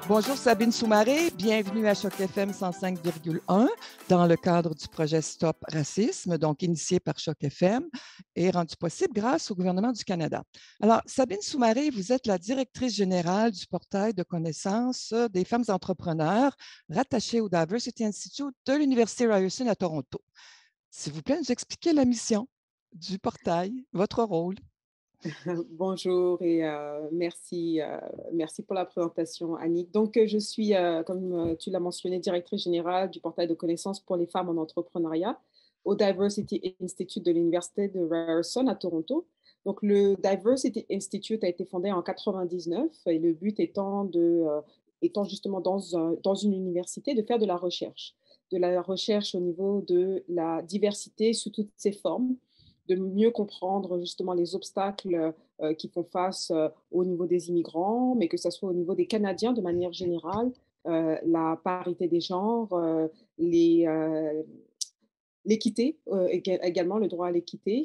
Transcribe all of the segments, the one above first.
Bonjour Sabine Soumaré, bienvenue à Choc FM 105,1 dans le cadre du projet Stop Racisme, donc initié par Choc FM et rendu possible grâce au gouvernement du Canada. Alors, Sabine Soumaré, vous êtes la directrice générale du portail de connaissances des femmes entrepreneurs rattachées au Diversity Institute de l'Université Ryerson à Toronto. S'il vous plaît, nous expliquer la mission du portail, votre rôle. Bonjour et merci pour la présentation, Annick. Donc, je suis, comme tu l'as mentionné, directrice générale du portail de connaissances pour les femmes en entrepreneuriat au Diversity Institute de l'Université de Ryerson à Toronto. Donc, le Diversity Institute a été fondé en 99 et le but étant justement dans une université de faire de la recherche au niveau de la diversité sous toutes ses formes, de mieux comprendre justement les obstacles qui font face au niveau des immigrants, mais que ce soit au niveau des Canadiens de manière générale, la parité des genres, les, l'équité, également le droit à l'équité,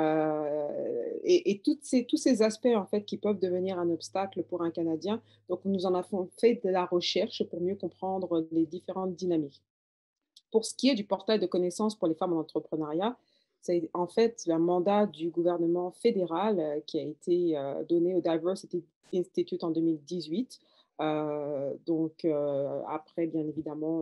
et tous ces aspects en fait qui peuvent devenir un obstacle pour un Canadien. Donc nous en avons fait de la recherche pour mieux comprendre les différentes dynamiques. Pour ce qui est du portail de connaissances pour les femmes en entrepreneuriat, c'est en fait un mandat du gouvernement fédéral qui a été donné au Diversity Institute en 2018. Après, bien évidemment,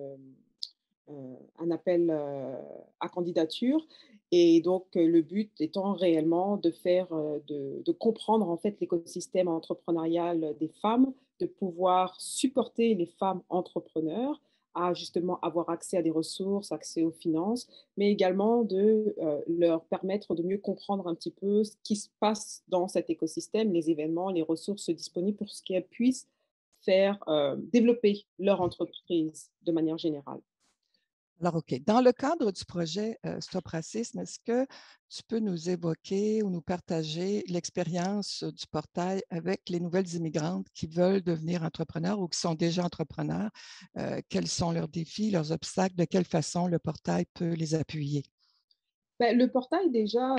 un appel à candidature. Et donc, le but étant réellement de comprendre en fait l'écosystème entrepreneurial des femmes, de pouvoir supporter les femmes entrepreneurs à justement avoir accès à des ressources, accès aux finances, mais également de leur permettre de mieux comprendre un petit peu ce qui se passe dans cet écosystème, les événements, les ressources disponibles pour ce qu'elles puissent faire développer leur entreprise de manière générale. Alors, OK. Dans le cadre du projet Stop Racisme, est-ce que tu peux nous évoquer ou nous partager l'expérience du portail avec les nouvelles immigrantes qui veulent devenir entrepreneurs ou qui sont déjà entrepreneurs? Quels sont leurs défis, leurs obstacles? De quelle façon le portail peut les appuyer? Ben, le portail déjà,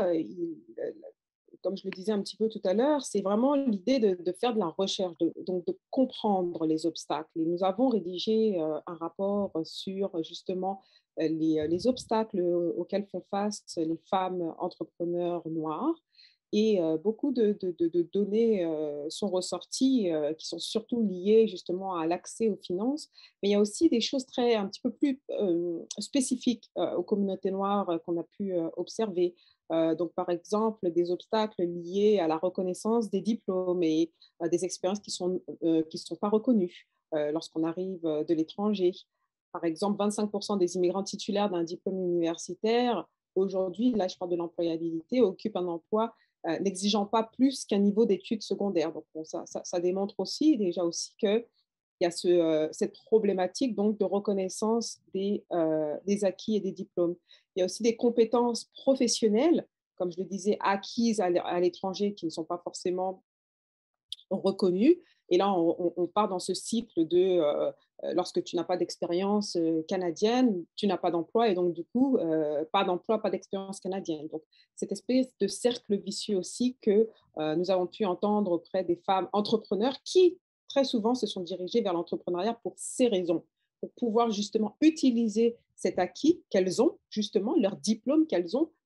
comme je le disais un petit peu tout à l'heure, c'est vraiment l'idée de faire de la recherche, donc de comprendre les obstacles. Et nous avons rédigé un rapport sur justement les obstacles auxquels font face les femmes entrepreneurs noires. Et beaucoup de données sont ressorties qui sont surtout liées justement à l'accès aux finances. Mais il y a aussi des choses un petit peu plus spécifiques aux communautés noires qu'on a pu observer. Donc, par exemple, des obstacles liés à la reconnaissance des diplômes et des expériences qui sont pas reconnues lorsqu'on arrive de l'étranger. Par exemple, 25% des immigrants titulaires d'un diplôme universitaire, aujourd'hui, là je parle de l'employabilité, occupent un emploi n'exigeant pas plus qu'un niveau d'études secondaires. Donc, bon, ça démontre aussi déjà aussi qu'il y a cette problématique donc, de reconnaissance des acquis et des diplômes. Il y a aussi des compétences professionnelles, comme je le disais, acquises à l'étranger qui ne sont pas forcément reconnues. Et là, on part dans ce cycle de lorsque tu n'as pas d'expérience canadienne, tu n'as pas d'emploi et donc du coup, pas d'emploi, pas d'expérience canadienne. Donc, cette espèce de cercle vicieux aussi que nous avons pu entendre auprès des femmes entrepreneurs qui, très souvent, se sont dirigées vers l'entrepreneuriat pour ces raisons, pour pouvoir justement utiliser cet acquis qu'elles ont, justement, leur diplôme qu'elles ont,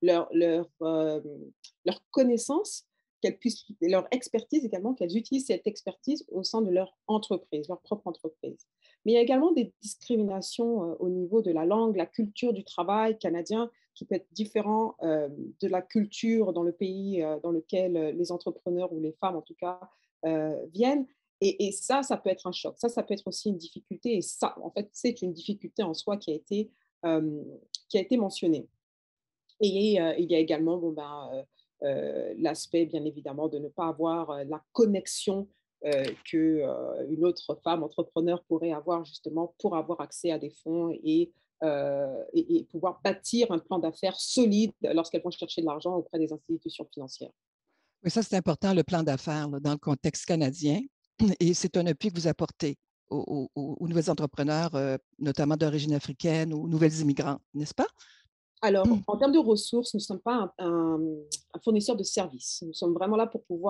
leur connaissance, qu'elles puissent, leur expertise également, qu'elles utilisent cette expertise au sein de leur entreprise, leur propre entreprise. Mais il y a également des discriminations au niveau de la langue, la culture du travail canadien qui peut être différent de la culture dans le pays dans lequel les entrepreneurs ou les femmes en tout cas viennent. Et ça peut être un choc. Ça peut être aussi une difficulté. Et ça, en fait, c'est une difficulté en soi qui a été mentionnée. Et il y a également l'aspect, bien évidemment, de ne pas avoir la connexion qu'une autre femme entrepreneur pourrait avoir justement pour avoir accès à des fonds et pouvoir bâtir un plan d'affaires solide lorsqu'elles vont chercher de l'argent auprès des institutions financières. Oui, ça, c'est important, le plan d'affaires là, dans le contexte canadien. Et c'est un appui que vous apportez aux nouvelles entrepreneurs, notamment d'origine africaine, aux nouvelles immigrantes, n'est-ce pas? Alors, en termes de ressources, nous ne sommes pas un fournisseur de services. Nous sommes vraiment là pour pouvoir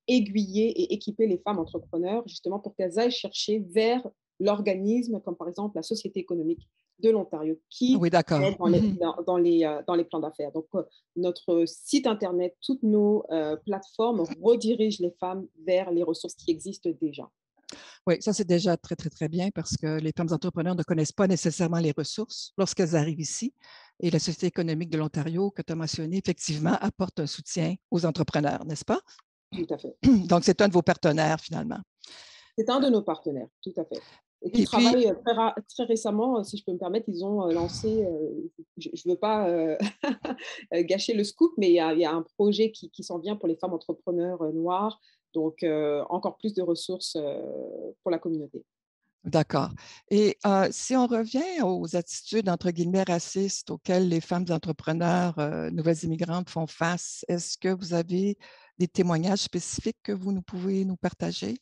aiguiller et équiper les femmes entrepreneurs justement pour qu'elles aillent chercher vers l'organisme, comme par exemple la Société économique de l'Ontario, qui Oui, d'accord. aide dans les plans d'affaires. Donc, notre site Internet, toutes nos plateformes redirigent les femmes vers les ressources qui existent déjà. Oui, ça, c'est déjà très, très, très bien parce que les femmes entrepreneurs ne connaissent pas nécessairement les ressources lorsqu'elles arrivent ici. Et la Société économique de l'Ontario, que tu as mentionné, effectivement, apporte un soutien aux entrepreneurs, n'est-ce pas? Tout à fait. Donc, c'est un de vos partenaires, finalement. C'est un de nos partenaires, tout à fait. Et qui Et puis, travaille très récemment, si je peux me permettre, ils ont lancé, je ne veux pas gâcher le scoop, mais il y a un projet qui s'en vient pour les femmes entrepreneurs noires, donc encore plus de ressources pour la communauté. d'accord. Et si on revient aux attitudes, entre guillemets, racistes auxquelles les femmes entrepreneurs nouvelles immigrantes font face, est-ce que vous avez des témoignages spécifiques que vous nous pouvez nous partager?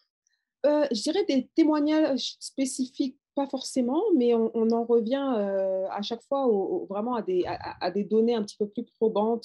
Je dirais des témoignages spécifiques, pas forcément, mais on en revient à chaque fois vraiment à des données un petit peu plus probantes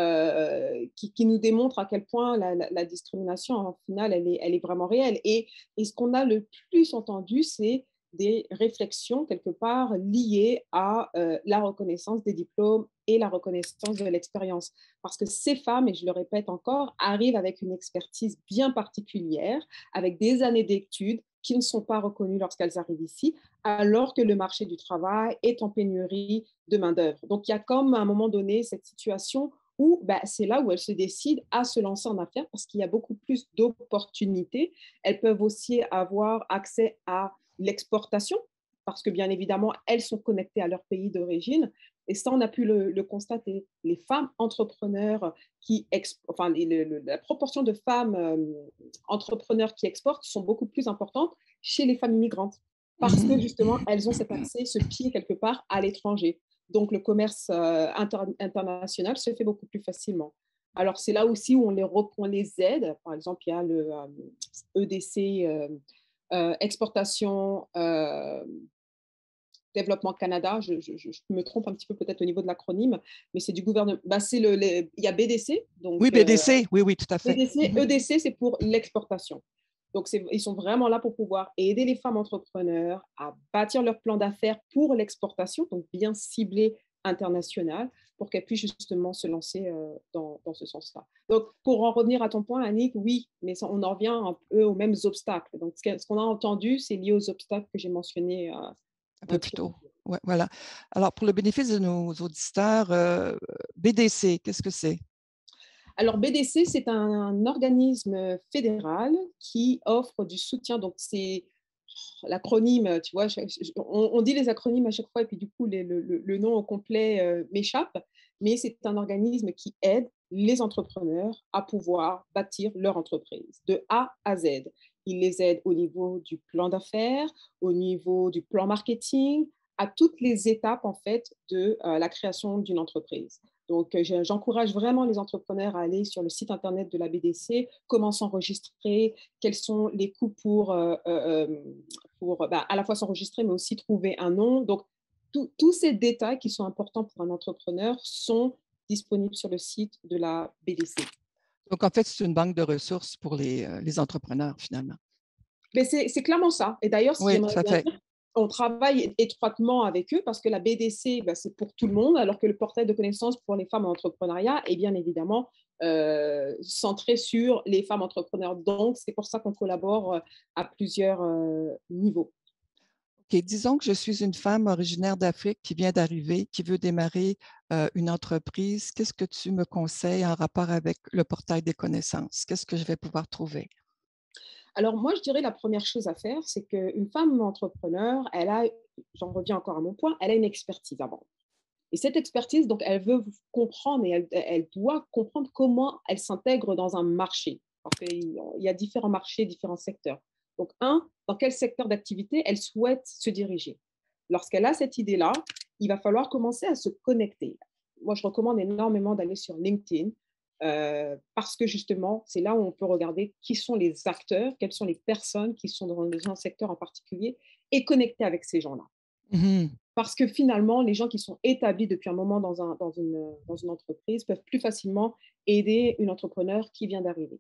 qui nous démontrent à quel point la discrimination, en final, elle est vraiment réelle. Et ce qu'on a le plus entendu, c'est des réflexions quelque part liées à la reconnaissance des diplômes et la reconnaissance de l'expérience. Parce que ces femmes, et je le répète encore, arrivent avec une expertise bien particulière, avec des années d'études qui ne sont pas reconnues lorsqu'elles arrivent ici, alors que le marché du travail est en pénurie de main-d'œuvre. Donc, il y a comme à un moment donné cette situation où c'est là où elles se décident à se lancer en affaires parce qu'il y a beaucoup plus d'opportunités. Elles peuvent aussi avoir accès à l'exportation parce que bien évidemment, elles sont connectées à leur pays d'origine. Et ça, on a pu le constater. Les femmes entrepreneurs enfin, la proportion de femmes entrepreneurs qui exportent sont beaucoup plus importantes chez les femmes immigrantes parce que Mhm. justement, elles ont cet accès, ce pied quelque part à l'étranger. Donc, le commerce international se fait beaucoup plus facilement. Alors, c'est là aussi où on les aide. Par exemple, il y a le EDC, exportation, Développement Canada, je me trompe un petit peu peut-être au niveau de l'acronyme, mais c'est du gouvernement. Il y a BDC, Oui, donc BDC, oui, oui, tout à fait. BDC, Mhm. EDC, c'est pour l'exportation. Donc, ils sont vraiment là pour pouvoir aider les femmes entrepreneurs à bâtir leur plan d'affaires pour l'exportation, donc bien ciblé international, pour qu'elles puissent justement se lancer dans ce sens-là. Donc, pour en revenir à ton point, Annick, oui, mais on en revient un peu aux mêmes obstacles. Donc, ce qu'on a entendu, c'est lié aux obstacles que j'ai mentionnés Un peu un plus petit tôt. peu. Ouais, voilà. Alors, pour le bénéfice de nos auditeurs, BDC, qu'est-ce que c'est? Alors, BDC, c'est un organisme fédéral qui offre du soutien. Donc, c'est l'acronyme, tu vois, on dit les acronymes à chaque fois et puis du coup, le nom au complet m'échappe, mais c'est un organisme qui aide les entrepreneurs à pouvoir bâtir leur entreprise de A à Z. Il les aide au niveau du plan d'affaires, au niveau du plan marketing, à toutes les étapes en fait de la création d'une entreprise. Donc, j'encourage vraiment les entrepreneurs à aller sur le site internet de la BDC, comment s'enregistrer, quels sont les coûts pour à la fois s'enregistrer, mais aussi trouver un nom. Donc, tous ces détails qui sont importants pour un entrepreneur sont disponibles sur le site de la BDC. Donc, en fait, c'est une banque de ressources pour les entrepreneurs, finalement. Mais c'est clairement ça. Et d'ailleurs, Oui, j'aimerais tout à bien fait. dire, on travaille étroitement avec eux parce que la BDC, c'est pour tout le monde, alors que le portail de connaissances pour les femmes en entrepreneuriat est bien évidemment centré sur les femmes entrepreneurs. Donc, c'est pour ça qu'on collabore à plusieurs niveaux. OK, disons que je suis une femme originaire d'Afrique qui vient d'arriver, qui veut démarrer une entreprise. Qu'est-ce que tu me conseilles en rapport avec le portail des connaissances? Qu'est-ce que je vais pouvoir trouver? Alors moi, je dirais la première chose à faire, c'est qu'une femme entrepreneur, j'en reviens encore à mon point, elle a une expertise avant. Et cette expertise, donc, elle veut comprendre et elle doit comprendre comment elle s'intègre dans un marché. Parce qu'il y a différents marchés, différents secteurs. Donc, dans quel secteur d'activité elle souhaite se diriger. Lorsqu'elle a cette idée-là, il va falloir commencer à se connecter. Moi, je recommande énormément d'aller sur LinkedIn parce que justement, c'est là où on peut regarder qui sont les acteurs, quelles sont les personnes qui sont dans un secteur en particulier et connecter avec ces gens-là. Mhm. Parce que finalement, les gens qui sont établis depuis un moment dans une entreprise peuvent plus facilement aider une entrepreneur qui vient d'arriver.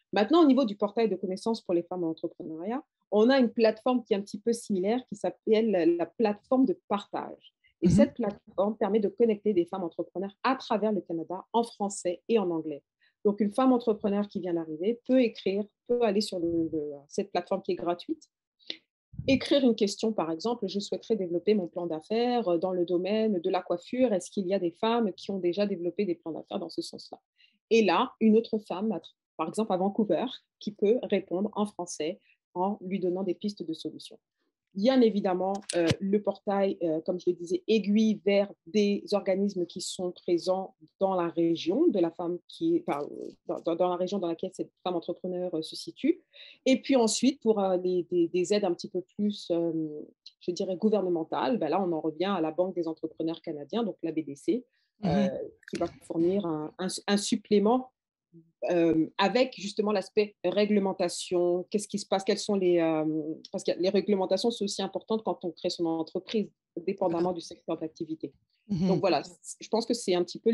Maintenant, au niveau du portail de connaissances pour les femmes en entrepreneuriat, on a une plateforme qui est un petit peu similaire qui s'appelle la plateforme de partage. Et Mhm, cette plateforme permet de connecter des femmes entrepreneurs à travers le Canada en français et en anglais. Donc, une femme entrepreneur qui vient d'arriver peut écrire, peut aller sur cette plateforme qui est gratuite, écrire une question, par exemple, je souhaiterais développer mon plan d'affaires dans le domaine de la coiffure. Est-ce qu'il y a des femmes qui ont déjà développé des plans d'affaires dans ce sens-là? Et là, une autre femme, par exemple à Vancouver, qui peut répondre en français en lui donnant des pistes de solutions. Bien évidemment, le portail, comme je le disais, aiguille vers des organismes qui sont présents dans la région de la femme dans la région dans laquelle cette femme entrepreneur se situe. Et puis ensuite, pour des aides un petit peu plus, je dirais, gouvernementales, ben là, on en revient à la Banque des entrepreneurs canadiens, donc la BDC, mhm. qui va fournir un supplément avec justement l'aspect réglementation, qu'est-ce qui se passe, quelles sont parce que les réglementations, c'est aussi important quand on crée son entreprise, D'accord. dépendamment du secteur d'activité. Donc Mhm. voilà, je pense que c'est un petit peu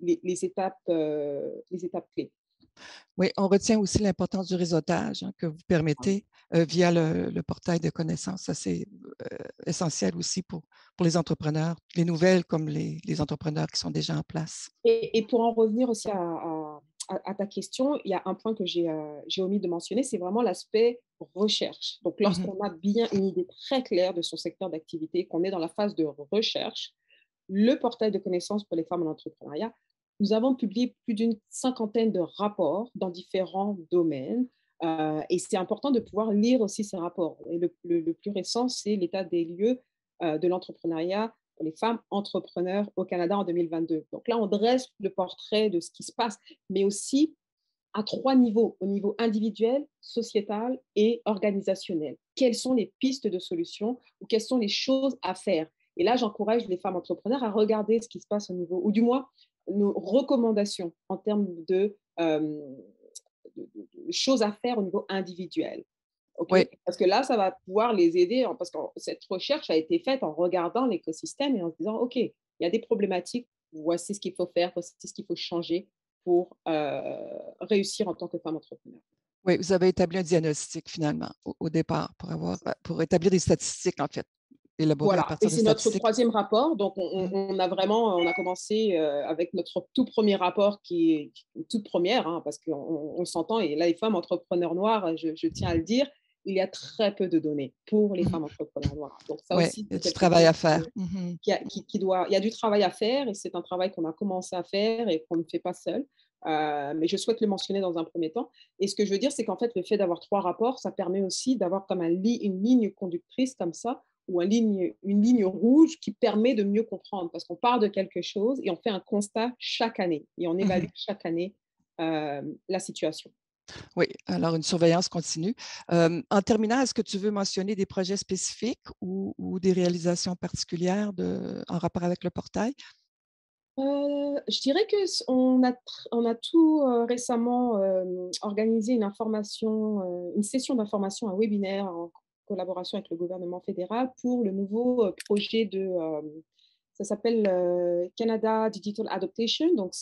les étapes clés. Oui, on retient aussi l'importance du réseautage que vous permettez via le portail de connaissances. Ça, c'est essentiel aussi pour les entrepreneurs, les nouvelles comme les entrepreneurs qui sont déjà en place. Et pour en revenir aussi à ta question, il y a un point que j'ai omis de mentionner, c'est vraiment l'aspect recherche. Donc, Mhm, lorsqu'on a bien une idée très claire de son secteur d'activité, qu'on est dans la phase de recherche, le portail de connaissances pour les femmes en entrepreneuriat, nous avons publié plus d'une cinquantaine de rapports dans différents domaines. Et c'est important de pouvoir lire aussi ces rapports. Et le plus récent, c'est l'état des lieux de l'entrepreneuriat pour les femmes entrepreneurs au Canada en 2022. Donc là, on dresse le portrait de ce qui se passe, mais aussi à trois niveaux, au niveau individuel, sociétal et organisationnel. Quelles sont les pistes de solutions ou quelles sont les choses à faire? Et là, j'encourage les femmes entrepreneurs à regarder ce qui se passe au niveau, ou du moins nos recommandations en termes de choses à faire au niveau individuel. OK? oui, Parce que là, ça va pouvoir les aider, parce que cette recherche a été faite en regardant l'écosystème et en se disant, OK, il y a des problématiques, voici ce qu'il faut faire, voici ce qu'il faut changer pour réussir en tant que femme entrepreneur. oui, vous avez établi un diagnostic finalement au départ pour établir des statistiques, en fait, élaborées à Voilà, et partir de c'est notre statistiques. troisième rapport. Donc, Mhm, on a commencé avec notre tout premier rapport qui est une toute première, hein, parce qu'on s'entend, et là, les femmes entrepreneurs noires, je tiens à le dire, il y a très peu de données pour les mhm. femmes entrepreneurs noires. Donc, ça Oui, aussi, il y a c'est du quelque travail chose à faire. Mhm, il y a du travail à faire, et c'est un travail qu'on a commencé à faire et qu'on ne fait pas seul. Mais je souhaite le mentionner dans un premier temps. Et ce que je veux dire, c'est qu'en fait, le fait d'avoir trois rapports, ça permet aussi d'avoir comme une ligne conductrice comme ça, ou une ligne rouge qui permet de mieux comprendre, parce qu'on part de quelque chose et on fait un constat chaque année et on évalue mhm. chaque année la situation. Oui, alors une surveillance continue. En terminant, est-ce que tu veux mentionner des projets spécifiques ou des réalisations particulières en rapport avec le portail? Je dirais que on a tout récemment organisé une session d'information, un webinaire en collaboration avec le gouvernement fédéral pour le nouveau projet ça s'appelle Canada Digital Adaptation. Donc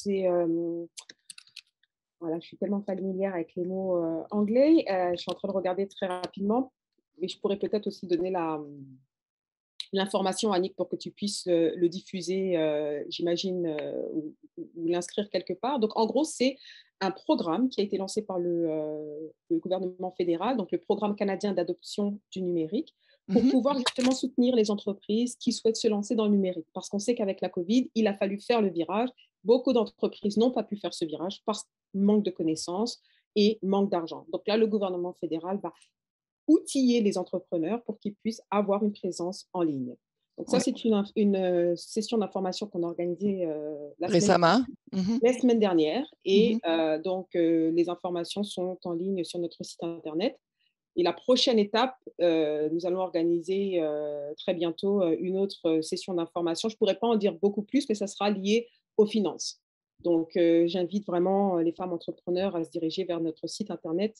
voilà, je suis tellement familière avec les mots anglais. Je suis en train de regarder très rapidement, mais je pourrais peut-être aussi donner l'information, Annick, pour que tu puisses le diffuser, j'imagine, ou l'inscrire quelque part. Donc, en gros, c'est un programme qui a été lancé par le gouvernement fédéral, donc le programme canadien d'adoption du numérique, pour Mhm, pouvoir justement soutenir les entreprises qui souhaitent se lancer dans le numérique. Parce qu'on sait qu'avec la COVID, il a fallu faire le virage. Beaucoup d'entreprises n'ont pas pu faire ce virage parce manque de connaissances et manque d'argent. Donc là, le gouvernement fédéral va outiller les entrepreneurs pour qu'ils puissent avoir une présence en ligne. Donc ça, oui, c'est une session d'information qu'on a organisée récemment. Mhm, la semaine dernière. mhm. Et donc, les informations sont en ligne sur notre site Internet. Et la prochaine étape, nous allons organiser très bientôt une autre session d'information. Je ne pourrais pas en dire beaucoup plus, mais ça sera lié aux finances. Donc, j'invite vraiment les femmes entrepreneurs à se diriger vers notre site internet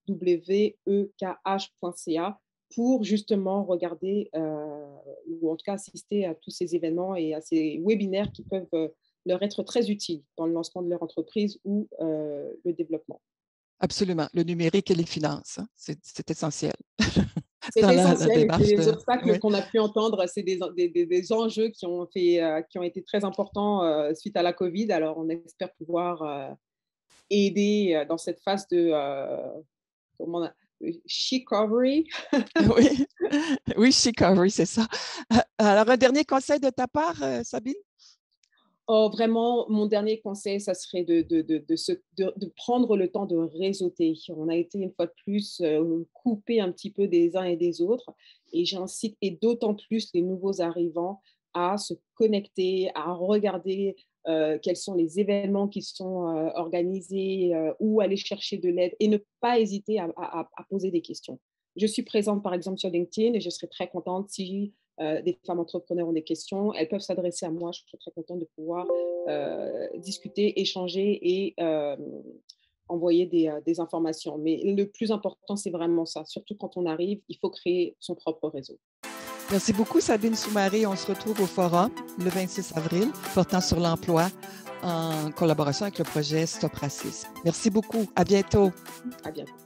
wekh.ca pour justement regarder ou en tout cas assister à tous ces événements et à ces webinaires qui peuvent leur être très utiles dans le lancement de leur entreprise ou le développement. Absolument. Le numérique et les finances, hein, c'est essentiel C'est dans la essentiel et c'est démarche les de… obstacles Oui, qu'on a pu entendre, c'est des enjeux qui ont été très importants suite à la COVID. Alors, on espère pouvoir aider dans cette phase de comment on a, recovery. oui, oui, Chicago, c'est ça. Alors, un dernier conseil de ta part, Sabine? Oh, vraiment, mon dernier conseil, ça serait de prendre le temps de réseauter. On a été une fois de plus coupé un petit peu des uns et des autres. Et j'incite, et d'autant plus les nouveaux arrivants, à se connecter, à regarder quels sont les événements qui sont organisés, ou aller chercher de l'aide et ne pas hésiter à poser des questions. Je suis présente, par exemple, sur LinkedIn et je serais très contente si des femmes entrepreneurs ont des questions, elles peuvent s'adresser à moi. Je suis très contente de pouvoir discuter, échanger et envoyer des informations. Mais le plus important, c'est vraiment ça. Surtout quand on arrive, il faut créer son propre réseau. Merci beaucoup, Sabine Soumaré. On se retrouve au forum le 26 avril portant sur l'emploi en collaboration avec le projet Stop Racisme. Merci beaucoup. À bientôt. À bientôt.